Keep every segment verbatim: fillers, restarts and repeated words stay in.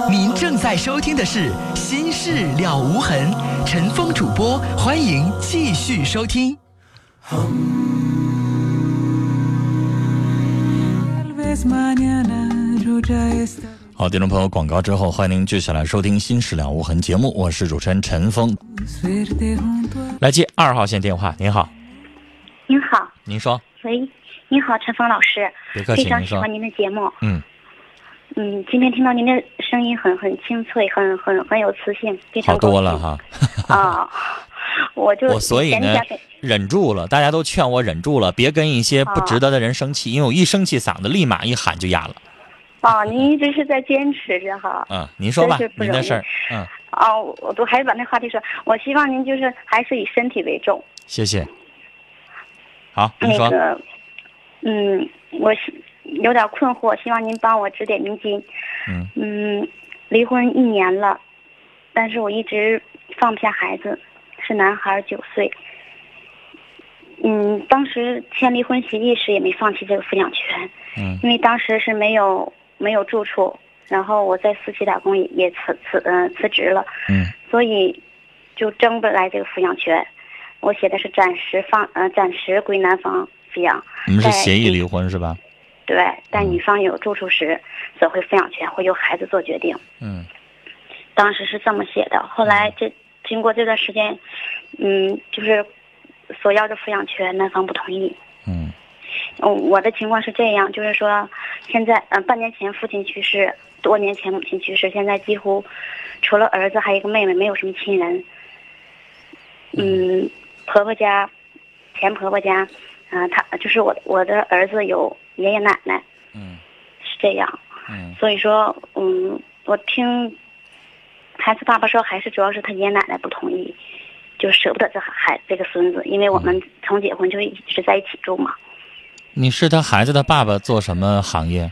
您正在收听的是《心事了无痕》，陈峰主播，欢迎继续收听。 好，听众朋友，广告之后，欢迎您继续来收听《心事了无痕》节目，我是主持人陈峰。来接二号线电话，您好。 您好。 您说。 喂，您好，陈峰老师。 别客气， 非常喜欢您的节目。 嗯。 嗯，今天听到您的声音很很清脆，很很很有磁性，非常好多了哈。 啊，我就我所以呢忍住了，大家都劝我忍住了，别跟一些不值得的人生气，因为我一生气嗓子立马一喊就哑了。 哦，您一直是在坚持着哈。 嗯，您说吧，您的事儿。嗯。 哦，我都还是把那话题说，我希望您就是还是以身体为重。 谢谢。好，您说。 那个，嗯，我有点困惑，希望您帮我指点迷津。 嗯嗯，离婚一年了，但是我一直放不下孩子，是男孩，九岁。嗯，当时签离婚协议时也没放弃这个抚养权。 嗯， 因为当时是没有没有住处，然后我在私企打工也也辞辞嗯、呃、辞职了。 嗯， 所以就争不来这个抚养权。我写的是暂时放呃暂时归男方抚养。 你们是协议离婚是吧？ 对，但女方有住处时，则会抚养权会由孩子做决定。 嗯， 当时是这么写的。后来这经过这段时间，嗯，就是索要的抚养权，男方不同意。 嗯， 嗯，我的情况是这样，就是说，现在嗯、呃，半年前父亲去世，多年前母亲去世，现在几乎除了儿子还有一个妹妹，没有什么亲人。嗯，婆婆家，前婆婆家，啊、呃，他就是我我的儿子有爷爷奶奶。 嗯， 是这样。 嗯， 所以说，嗯，我听孩子爸爸说，还是主要是他爷爷奶奶不同意，就舍不得这孩这个孙子，因为我们从结婚就一直在一起住嘛。 你是他孩子的爸爸，做什么行业？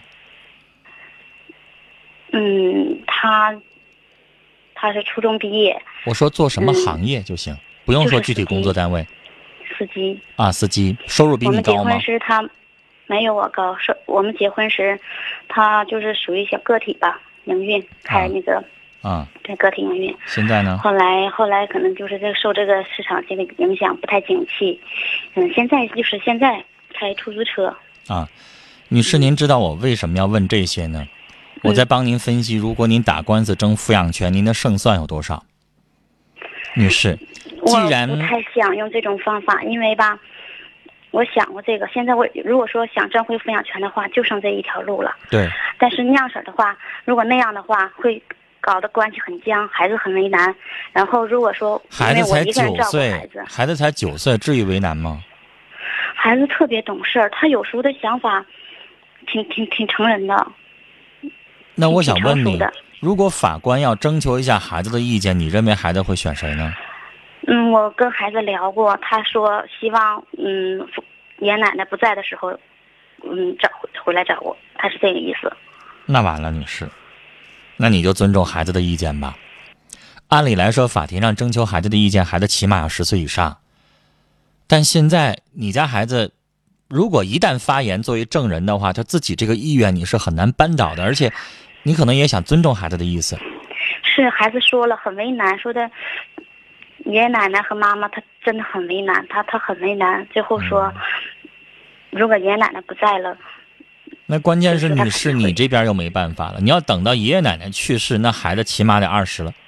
嗯，他他是初中毕业。 我说做什么行业就行，嗯、不用说具体工作单位。 司机啊，司机收入比你高吗？ 我们结婚时他没有我高，是我们结婚时他就是属于小个体吧，营运开那个啊， 对个体营运。 现在呢？ 后来后来可能就是这个受这个市场这个影响不太景气，嗯，现在就是现在开出租车。 啊，女士，您知道我为什么要问这些呢？我在帮您分析，如果您打官司争抚养权，您的胜算有多少？女士，既然我不太想用这种方法，因为吧，我想过这个。现在我如果说想争回抚养权的话，就剩这一条路了。 对。 但是那样式的话，如果那样的话，会搞得关系很僵，孩子很为难。然后如果说孩子才九岁， 孩子孩子才九岁，至于为难吗？ 孩子特别懂事，他有时候的想法挺挺挺成人的。 那我想问你，如果法官要征求一下孩子的意见，你认为孩子会选谁呢？ 嗯，我跟孩子聊过，他说希望嗯爷爷奶奶不在的时候，嗯找回来找我，他是这个意思。 那完了，女士，那你就尊重孩子的意见吧。按理来说，法庭上征求孩子的意见，孩子起码要十岁以上。但现在你家孩子，如果一旦发言作为证人的话，他自己这个意愿你是很难扳倒的，而且你可能也想尊重孩子的意思。 是孩子说了很为难，说的爷爷奶奶和妈妈他真的很为难，他他很为难。最后说，嗯、如果爷爷奶奶不在了， 那关键是女士你这边又没办法了，你要等到爷爷奶奶去世，那孩子起码得二十了。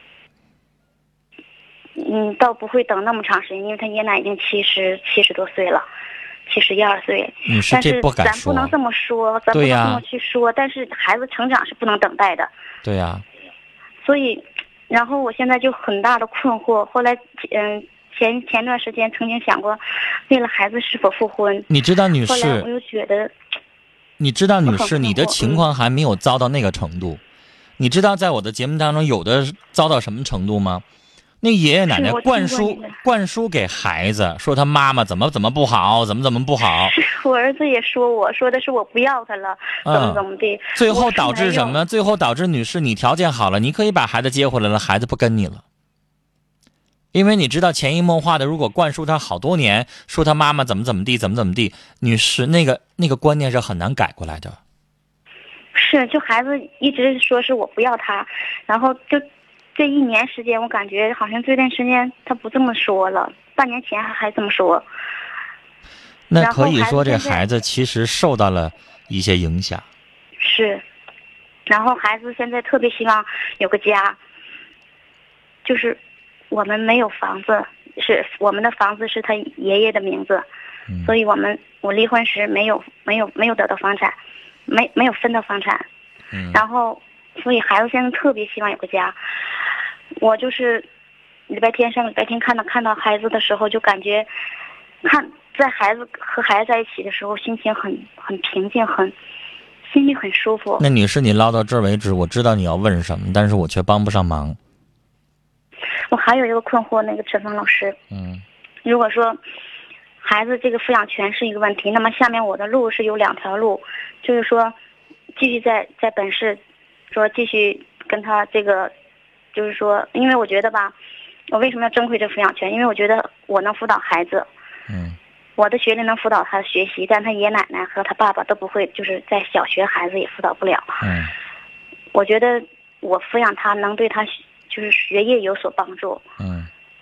嗯，倒不会等那么长时间，因为他爷爷奶奶已经七十七十多岁了，七十一二岁。 女士这不敢说， 但是咱不能这么说，咱不能这么去说。但是孩子成长是不能等待的。 对呀、啊。 所以，然后我现在就很大的困惑。后来，嗯，前前段时间曾经想过，为了孩子是否复婚。 你知道，女士， 后来我又觉得， 你知道，女士，你的情况还没有糟到那个程度。嗯、你知道，在我的节目当中，有的糟到什么程度吗？那爷爷奶奶灌输灌输给孩子说他妈妈怎么怎么不好，怎么怎么不好。 我儿子也说我说的是我不要他了，怎么怎么地。 嗯、最后导致什么？最后导致女士你条件好了，你可以把孩子接回来了，孩子不跟你了。因为你知道潜移默化的，如果灌输他好多年，说他妈妈怎么怎么地，怎么怎么地，女士那个那个观念是很难改过来的。 是，就孩子一直说是我不要他，然后就这一年时间，我感觉好像这段时间他不这么说了，半年前还还这么说。 那可以说这孩子其实受到了一些影响。 是，然后孩子现在特别希望有个家，就是我们没有房子，是我们的房子是他爷爷的名字， 嗯、 所以我们我离婚时没有没有没有得到房产，没没有分到房产， 嗯、 然后所以孩子现在特别希望有个家。我就是礼拜天上礼拜天看到看到孩子的时候，就感觉看在孩子和孩子在一起的时候，心情很很平静，很心里很舒服。 那女士，你唠到这儿为止，我知道你要问什么，但是我却帮不上忙。 我还有一个困惑，那个陈峰老师， 嗯， 如果说孩子这个抚养权是一个问题，那么下面我的路是有两条路，就是说继续在在本市，说继续跟他这个，就是说，因为我觉得吧，我为什么要争取这抚养权？因为我觉得我能辅导孩子， 嗯， 我的学历能辅导他学习，但他爷爷奶奶和他爸爸都不会，就是在小学孩子也辅导不了。 嗯， 我觉得我抚养他能对他就是学业有所帮助。 嗯，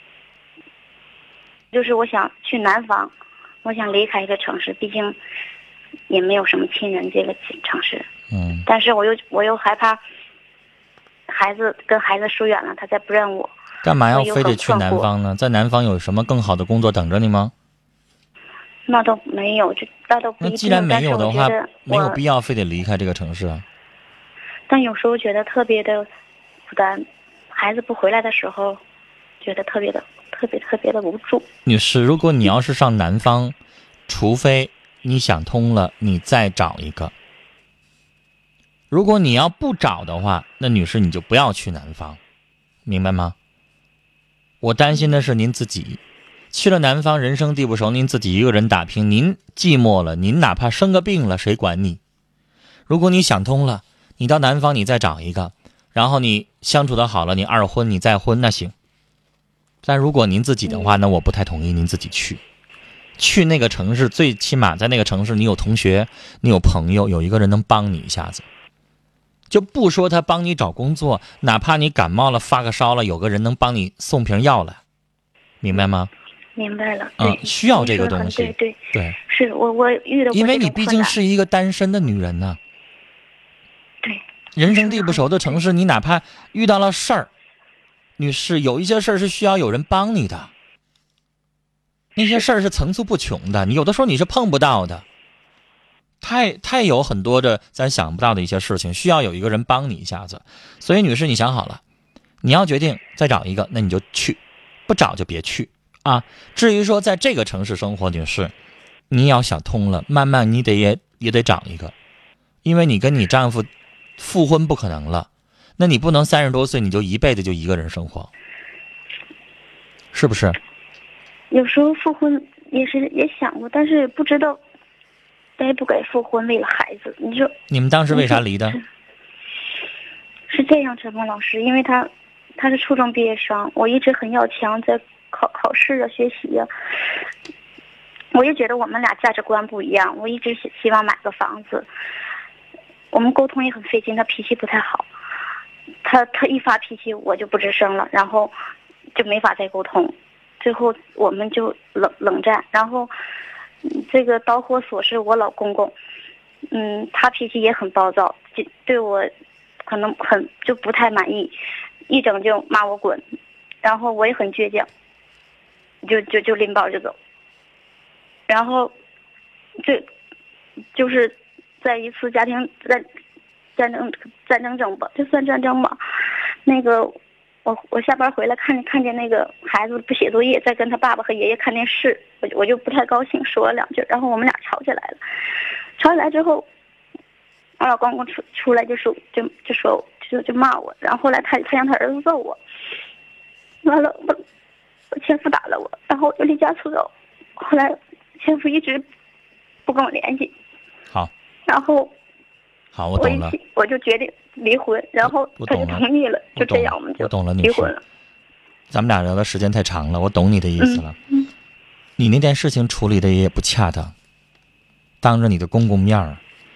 就是我想去南方，我想离开一个城市，毕竟也没有什么亲人这个城市。 嗯， 但是我又我又害怕孩子跟孩子疏远了，他再不认我。 干嘛要非得去南方呢？在南方有什么更好的工作等着你吗？ 那都没有，就那都不一定。 那既然没有的话，没有必要要非得离开这个城市啊。 但有时候觉得特别的负担，孩子不回来的时候，觉得特别的特别特别的无助。 女士，如果你要是上南方，除非你想通了，你再找一个。如果你要不找的话，那女士你就不要去南方，明白吗？我担心的是您自己去了南方，人生地不熟，您自己一个人打拼，您寂寞了，您哪怕生个病了，谁管你？如果你想通了，你到南方你再找一个，然后你相处的好了，你二婚你再婚那行。但如果您自己的话，那我不太同意您自己去。去那个城市，最起码在那个城市你有同学，你有朋友，有一个人能帮你一下子。就不说他帮你找工作，哪怕你感冒了发个烧了，有个人能帮你送瓶药来，明白吗？ 明白了。 嗯，需要这个东西。 对对对， 是我我遇到过。 因为你毕竟是一个单身的女人呢、啊。 对。 人生地不熟的城市，你哪怕遇到了事儿，女士，有一些事儿是需要有人帮你的。那些事儿是层出不穷的，你有的时候你是碰不到的。太太有很多的咱想不到的一些事情，需要有一个人帮你一下子。所以女士，你想好了，你要决定再找一个，那你就去，不找就别去啊。至于说在这个城市生活，女士，你要想通了，慢慢你得也也得找一个，因为你跟你丈夫复婚不可能了，那你不能三十多岁你就一辈子就一个人生活，是不是？ 有时候复婚也是也想过，但是不知道该不该复婚，为了孩子。你说你们当时为啥离的？ 是, 是这样，陈峰老师，因为他他是初中毕业生，我一直很要强，在考考试啊、学习啊。我也觉得我们俩价值观不一样，我一直希望买个房子。我们沟通也很费劲，他脾气不太好，他他一发脾气我就不吱声了，然后就没法再沟通，最后我们就冷冷战。然后这个导火索是我老公公，嗯，他脾气也很暴躁，就对我可能很就不太满意，一整就骂我滚，然后我也很倔强，就就就拎包就走。然后这就是在一次家庭战战争战争争吧，就算战争吧。那个我我下班回来看看见那个孩子不写作业，在跟他爸爸和爷爷看电视，我我就不太高兴，说了两句，然后我们俩吵起来了。吵起来之后，我老公公出出来就说就就说就就骂我，然后后来他他让他儿子揍我，完了我我前夫打了我，然后我就离家出走。后来前夫一直不跟我联系。 好。 然后。 好，我懂了。 我, 我就决定离婚，然后他就同意了，就这样我们就离婚了。 咱们俩聊的时间太长了，我懂你的意思了。 嗯嗯、 你那件事情处理的也不恰当，当着你的公公面儿，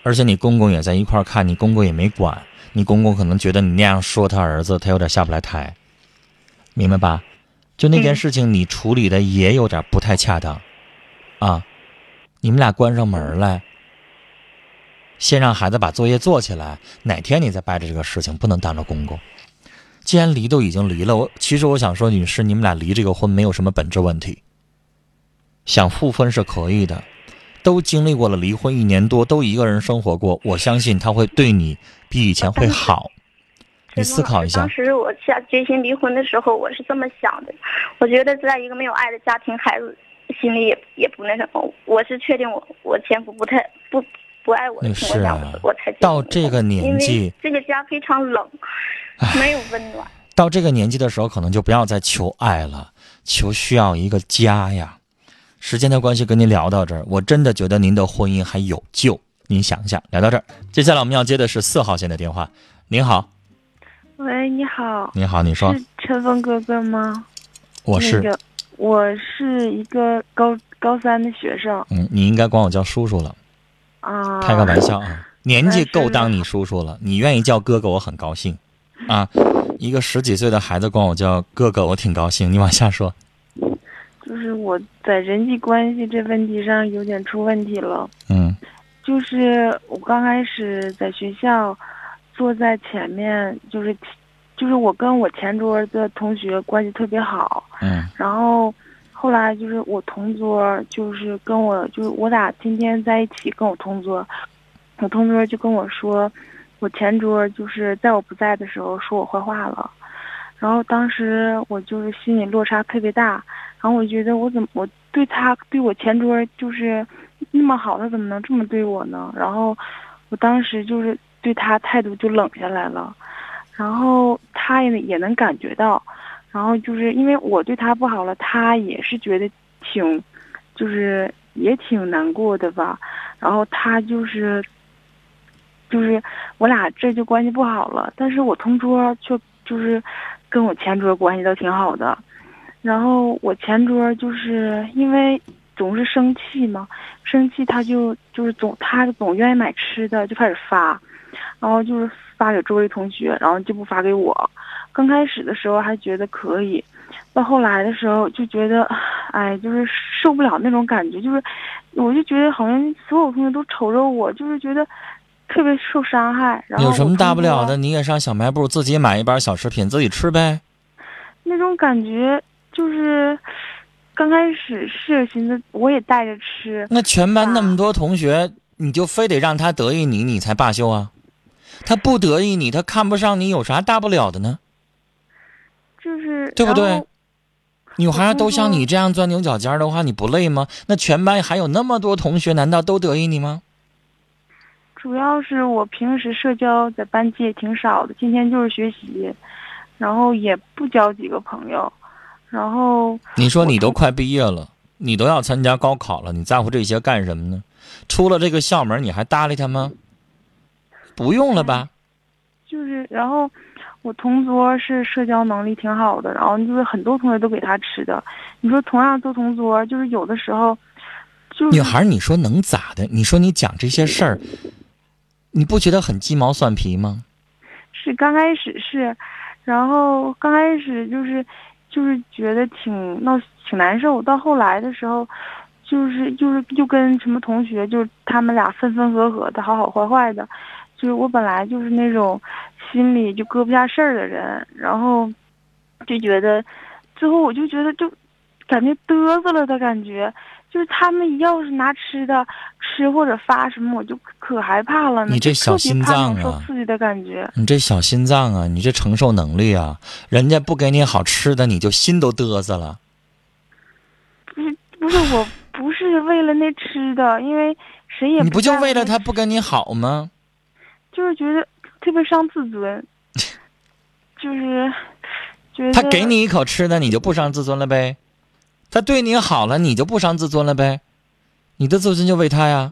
而且你公公也在一块儿看，你公公也没管，你公公可能觉得你那样说他儿子，他有点下不来台，明白吧？就那件事情你处理的也有点不太恰当，啊，你们俩关上门来，先让孩子把作业做起来，哪天你再掰着这个事情，不能当着公公。既然离都已经离了，我其实我想说，女士，你们俩离这个婚没有什么本质问题，想复婚是可以的，都经历过了离婚一年多，都一个人生活过，我相信他会对你比以前会好。你思考一下。 当时我下决心离婚的时候，我是这么想的，我觉得在一个没有爱的家庭，孩子心里也也不那什么。我是确定我我前夫不太不不爱我的情况下， 啊、 我才到这个年纪， 因为这个家非常冷，没有温暖。 到这个年纪的时候，可能就不要再求爱了，求需要一个家呀。时间的关系，跟您聊到这儿，我真的觉得您的婚姻还有救。您想一下，聊到这儿，接下来我们要接的是四号线的电话。您好。 喂，你好。 你好，你说。 是陈峰哥哥吗？ 我是。 那个，我是一个高高三的学生。 嗯，你应该管我叫叔叔了。 啊。 开个玩笑啊，年纪够当你叔叔了，你愿意叫哥哥，我很高兴。啊，一个十几岁的孩子管我叫哥哥，我挺高兴。你往下说。 就是我在人际关系这问题上有点出问题了。 嗯。 就是我刚开始在学校。坐在前面，就是就是我跟我前桌的同学关系特别好， 嗯， 然后后来就是我同桌就是跟我就是我俩天天在一起，跟我同桌，我同桌就跟我说，我前桌就是在我不在的时候说我坏话了，然后当时我就是心里落差特别大，然后我觉得我怎么我对他对我前桌就是那么好，他怎么能这么对我呢？然后我当时就是对他态度就冷下来了，然后他也也能感觉到，然后就是因为我对他不好了，他也是觉得挺，就是也挺难过的吧。然后他就是，就是我俩这就关系不好了，但是我同桌却就是跟我前桌关系都挺好的，然后我前桌就是因为总是生气嘛，生气他就就是总他总愿意买吃的就开始发。然后就是发给周围同学，然后就不发给我。刚开始的时候还觉得可以，到后来的时候就觉得，哎，就是受不了那种感觉，就是我就觉得好像所有同学都瞅着我，就是觉得特别受伤害。然后有什么大不了的？你也上小卖部自己买一包小食品自己吃呗。 那种感觉就是刚开始是寻思我也带着吃。 那全班那么多同学，你就非得让他得意你，你才罢休啊？他不得意你，他看不上你，有啥大不了的呢？ 就是对不对？女孩都像你这样钻牛角尖的话，你不累吗？那全班还有那么多同学，难道都得意你吗？ 主要是我平时社交在班级也挺少的，今天就是学习，然后也不交几个朋友，然后你说你都快毕业了，你都要参加高考了，你在乎这些干什么呢？出了这个校门，你还搭理他吗？不用了吧。 就是，然后我同桌是社交能力挺好的，然后就是很多同学都给他吃的。你说同样做同桌，就是有的时候，就是女孩，你说能咋的？你说你讲这些事儿，你不觉得很鸡毛蒜皮吗？ 是刚开始是，然后刚开始就是就是觉得挺闹挺难受，到后来的时候。就是就是就跟什么同学，就是他们俩分分合合的，好好坏坏的。就是我本来就是那种心里就搁不下事儿的人，然后就觉得最后我就觉得就感觉嘚瑟了的感觉。就是他们要是拿吃的吃或者发什么，我就可害怕了呢。 你这小心脏啊， 受刺激的感觉。 你这小心脏啊，你这承受能力啊，人家不给你好吃的，你就心都嘚瑟了。 不是不是我。不是为了那吃的，因为谁也不你不就为了他不跟你好吗？ 就是觉得特别伤自尊，就是觉得他给你一口吃的，你就不伤自尊了呗？他对你好了，你就不伤自尊了呗？你的自尊就为他呀？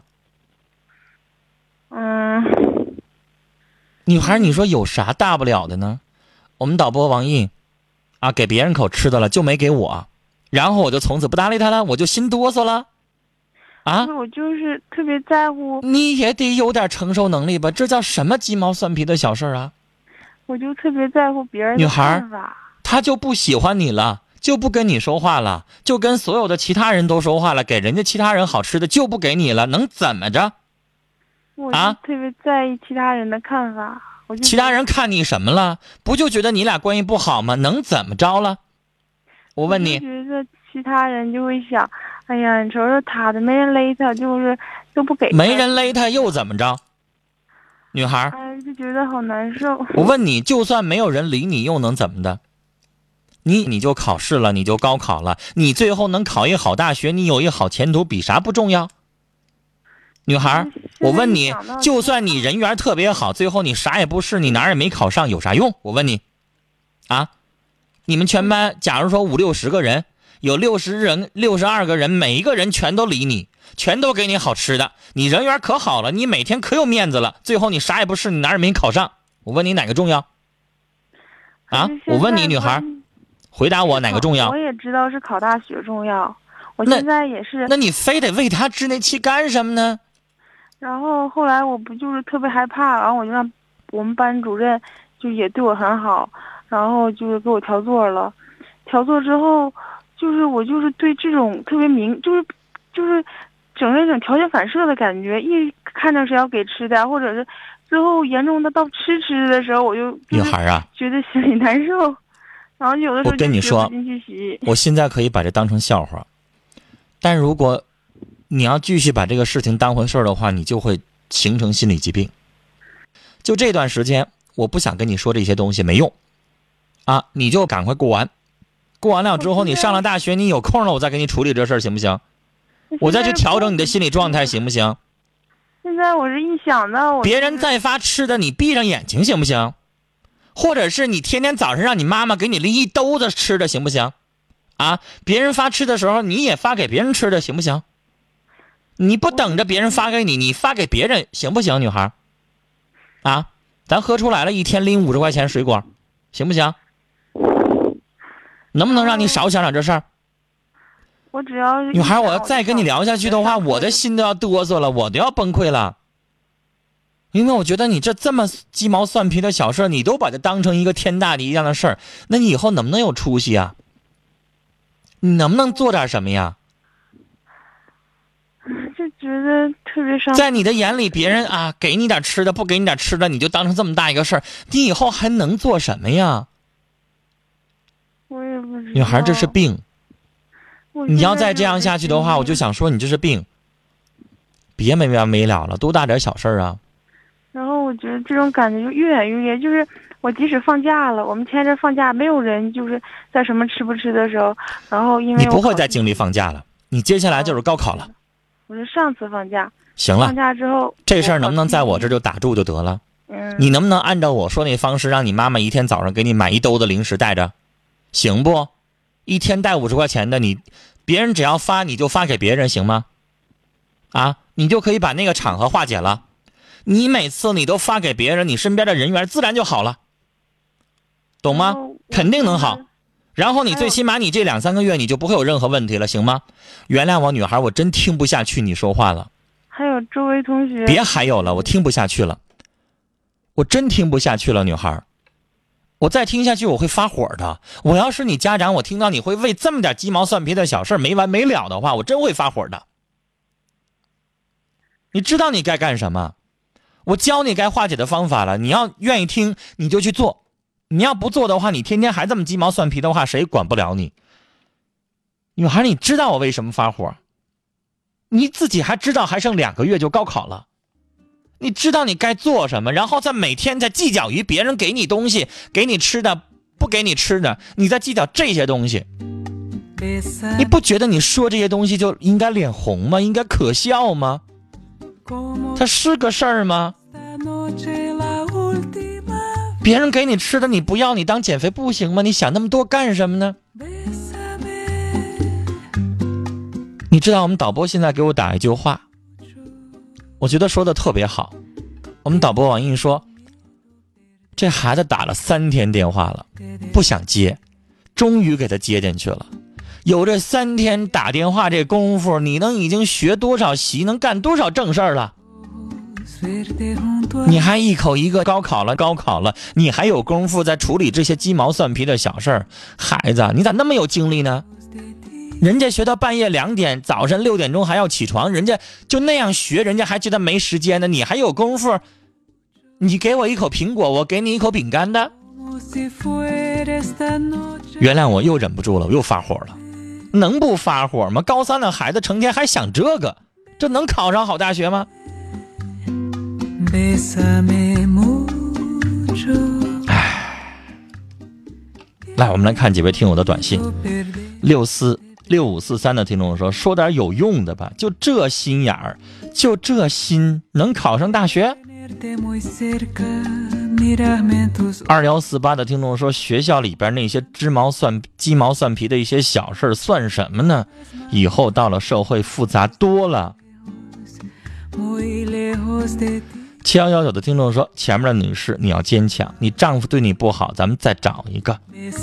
嗯。 女孩，你说有啥大不了的呢？我们导播王印啊，给别人口吃的了，就没给我。然后我就从此不搭理他了，我就心哆嗦了。 啊？ 我就是特别在乎。 你也得有点承受能力吧？这叫什么鸡毛蒜皮的小事啊？ 我就特别在乎别人的看法。 他就不喜欢你了，就不跟你说话了，就跟所有的其他人都说话了，给人家其他人好吃的就不给你了，能怎么着？ 我就特别在意其他人的看法。啊、我就其他人看你什么了？不就觉得你俩关系不好吗？能怎么着了？我问你， 我觉得其他人就会想，哎呀，你瞅瞅他的，没人勒他，就是都不给他。 没人勒他又怎么着？女孩， 哎，就觉得好难受。 我问你，就算没有人理你，又能怎么的？你你就考试了，你就高考了，你最后能考一好大学，你有一好前途，比啥不重要？女孩，我问你，就算你人缘特别好，最后你啥也不是，你哪儿也没考上，有啥用？我问你，啊，你们全班假如说五六十个人，有六十人、六十二个人，每一个人全都理你，全都给你好吃的，你人缘可好了，你每天可有面子了，最后你啥也不是，你哪儿也没考上，我问你哪个重要？啊，我问你，女孩，回答我哪个重要？ 我也知道是考大学重要，我现在也是。 那你非得为他治那气干什么呢？ 然后后来我不就是特别害怕，然后我就让我们班主任就也对我很好，然后就是给我调座了。调座之后，就是我就是对这种特别明，就是就是整那种条件反射的感觉，一看着谁要给吃的，或者是最后严重的到吃吃的时候，我就女孩啊， 觉得心里难受。然后有的时候我跟你说，我现在可以把这当成笑话，但如果你要继续把这个事情当回事的话，你就会形成心理疾病。就这段时间，我不想跟你说这些东西，没用啊！你就赶快过完，过完了之后，你上了大学，你有空了，我再给你处理这事儿，行不行？我再去调整你的心理状态，行不行？ 现在我是一想到我别人再发吃的，你闭上眼睛，行不行？或者是你天天早上让你妈妈给你拎一兜子吃的，行不行？啊，别人发吃的时候，你也发给别人吃的，行不行？你不等着别人发给你，你发给别人行不行，女孩？啊，咱喝出来了，一天拎五十块钱水果，行不行？能不能让你少想想这事儿？ 我只要女孩，我要再跟你聊下去的话，我的心都要哆嗦了，我都要崩溃了。因为我觉得你这这么鸡毛蒜皮的小事，你都把它当成一个天大的一样的事儿，那你以后能不能有出息啊？你能不能做点什么呀？ 就觉得特别伤。 在你的眼里，别人啊给你点吃的，不给你点吃的，你就当成这么大一个事儿，你以后还能做什么呀？ 我也不知道。 女孩，这是病。你要再这样下去的话，我就想说你这是病，别没完没了了，多大点小事儿啊！ 然后我觉得这种感觉就越演越烈，就是我即使放假了，我们前阵放假，没有人就是在什么吃不吃的时候，然后因为你不会再经历放假了，你接下来就是高考了。 我是上次放假。 行了， 放假之后这事儿能不能在我这就打住就得了？ 嗯。 你能不能按照我说那方式，让你妈妈一天早上给你买一兜子零食带着，行不？一天带五十块钱的，你别人只要发你就发给别人，行吗？啊，你就可以把那个场合化解了。你每次你都发给别人，你身边的人缘自然就好了，懂吗？肯定能好。然后你最起码你这两三个月你就不会有任何问题了，行吗？原谅我，女孩，我真听不下去你说话了。 还有周围同学。 别还有了，我听不下去了，我真听不下去了，女孩。我再听下去我会发火的。我要是你家长，我听到你会为这么点鸡毛蒜皮的小事没完没了的话，我真会发火的。你知道你该干什么，我教你该化解的方法了，你要愿意听你就去做，你要不做的话，你天天还这么鸡毛蒜皮的话，谁也管不了你。女孩，你知道我为什么发火？你自己还知道还剩两个月就高考了，你知道你该做什么，然后再每天在计较于别人给你东西，给你吃的不给你吃的，你在计较这些东西，你不觉得你说这些东西就应该脸红吗？应该可笑吗？它是个事儿吗？别人给你吃的你不要，你当减肥不行吗？你想那么多干什么呢？你知道我们导播现在给我打一句话，我觉得说的特别好。我们导播网印说，这孩子打了三天电话了，不想接，终于给他接进去了。 有这三天打电话这功夫，你能已经学多少习，能干多少正事儿了？你还一口一个高考了高考了，你还有功夫在处理这些鸡毛蒜皮的小事儿？孩子，你咋那么有精力呢？人家学到半夜两点，早晨六点钟还要起床，人家就那样学，人家还觉得没时间呢，你还有功夫？你给我一口苹果，我给你一口饼干的。原谅我又忍不住了，我又发火了。能不发火吗？高三的孩子成天还想这个，这能考上好大学吗？唉，来，我们来看几位听友的短信。六四六五四三的听众说，说点有用的吧，就这心眼儿，就这心，能考上大学？二幺四八的听众说，学校里边那些鸡毛蒜鸡毛蒜皮的一些小事算什么呢？以后到了社会复杂多了。七幺幺九的听众说，前面的女士你要坚强，你丈夫对你不好，咱们再找一个。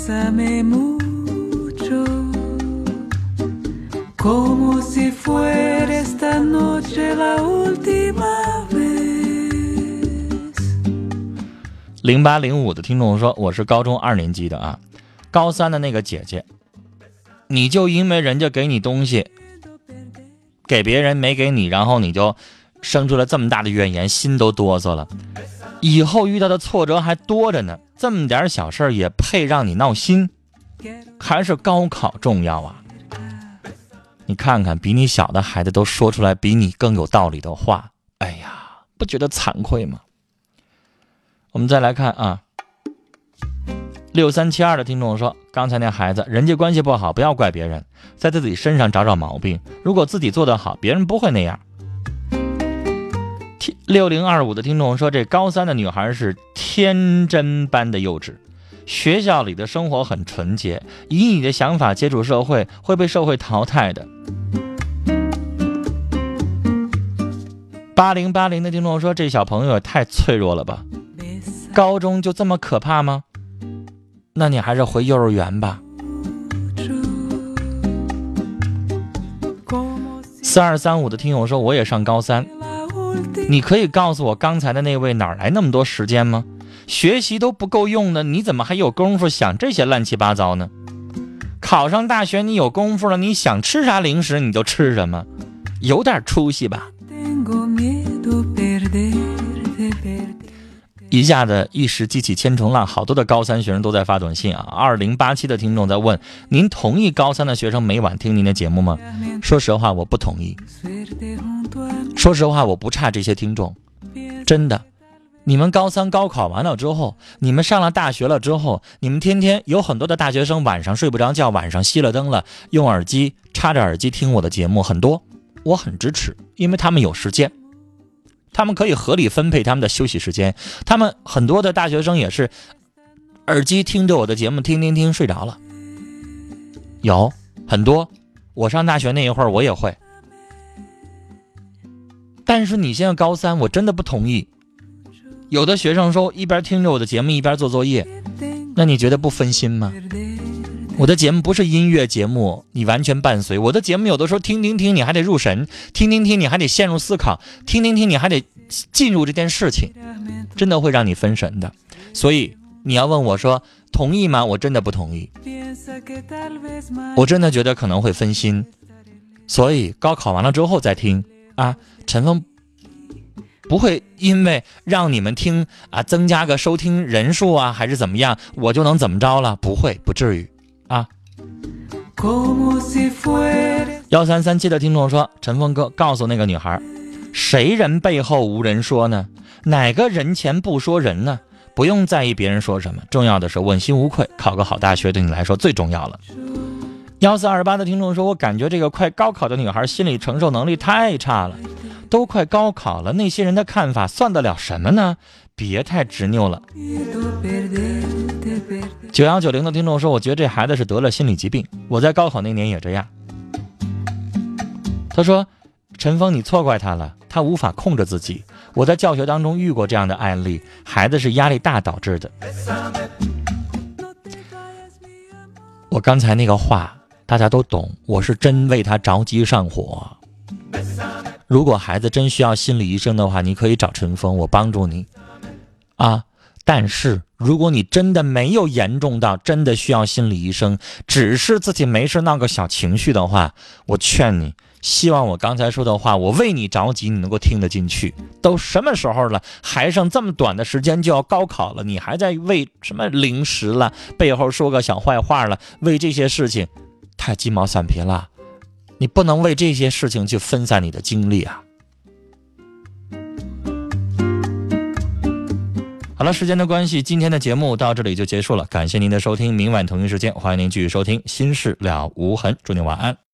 零八零五的听众说，我是高中二年级的啊，高三的那个姐姐，你就因为人家给你东西，给别人没给你，然后你就生出了这么大的怨言，心都哆嗦了，以后遇到的挫折还多着呢，这么点小事也配让你闹心？还是高考重要啊？你看看比你小的孩子都说出来比你更有道理的话，哎呀，不觉得惭愧吗？我们再来看啊，六三七二的听众说，刚才那孩子人际关系不好，不要怪别人，在自己身上找找毛病，如果自己做得好，别人不会那样。六零二五的听众说，这高三的女孩是天真般的幼稚，学校里的生活很纯洁，以你的想法接触社会会被社会淘汰的。八零八零的听众说，这小朋友也太脆弱了吧，高中就这么可怕吗？那你还是回幼儿园吧。四二三五的听友说，我也上高三，你可以告诉我刚才的那位哪来那么多时间吗？学习都不够用的，你怎么还有功夫想这些乱七八糟呢？考上大学你有功夫了，你想吃啥零食你就吃什么，有点出息吧。一下子一时激起千重浪，好多的高三学生都在发短信啊。二零八七的听众在问，您同意高三的学生每晚听您的节目吗？说实话我不同意，说实话我不差这些听众，真的。你们高三高考完了之后，你们上了大学了之后，你们天天有很多的大学生晚上睡不着觉，晚上熄了灯了，用耳机插着耳机听我的节目，很多，我很支持，因为他们有时间，他们可以合理分配他们的休息时间。他们很多的大学生也是耳机听着我的节目，听听听睡着了，有很多。我上大学那一会儿我也会，但是你现在高三，我真的不同意。有的学生说一边听着我的节目一边做作业，那你觉得不分心吗？我的节目不是音乐节目，你完全伴随我的节目，有的时候听听听你还得入神，听听听你还得陷入思考，听听听你还得进入这件事情，真的会让你分神的。所以你要问我说同意吗？我真的不同意，我真的觉得可能会分心，所以高考完了之后再听啊。陈峰不会因为让你们听啊增加个收听人数啊还是怎么样，我就能怎么着了？不会，不至于啊。幺三三七的听众说，陈峰哥告诉那个女孩，谁人背后无人说呢？哪个人前不说人呢？不用在意别人说什么，重要的是问心无愧，考个好大学对你来说最重要了。幺四二八的听众说，我感觉这个快高考的女孩心理承受能力太差了，都快高考了，那些人的看法算得了什么呢？别太执拗了。九幺九零的听众说，我觉得这孩子是得了心理疾病，我在高考那年也这样。他说，陈峰你错怪他了，他无法控制自己，我在教学当中遇过这样的案例，孩子是压力大导致的。我刚才那个话他大家都懂，我是真为他着急上火。如果孩子真需要心理医生的话，你可以找陈峰，我帮助你啊。但是如果你真的没有严重到真的需要心理医生，只是自己没事闹个小情绪的话，我劝你，希望我刚才说的话，我为你着急，你能够听得进去。都什么时候了，还剩这么短的时间就要高考了，你还在为什么零食了，背后说个小坏话了，为这些事情太鸡毛蒜皮了。你不能为这些事情去分散你的精力啊。好了，时间的关系，今天的节目到这里就结束了，感谢您的收听，明晚同一时间欢迎您继续收听《心事了无痕》，祝您晚安。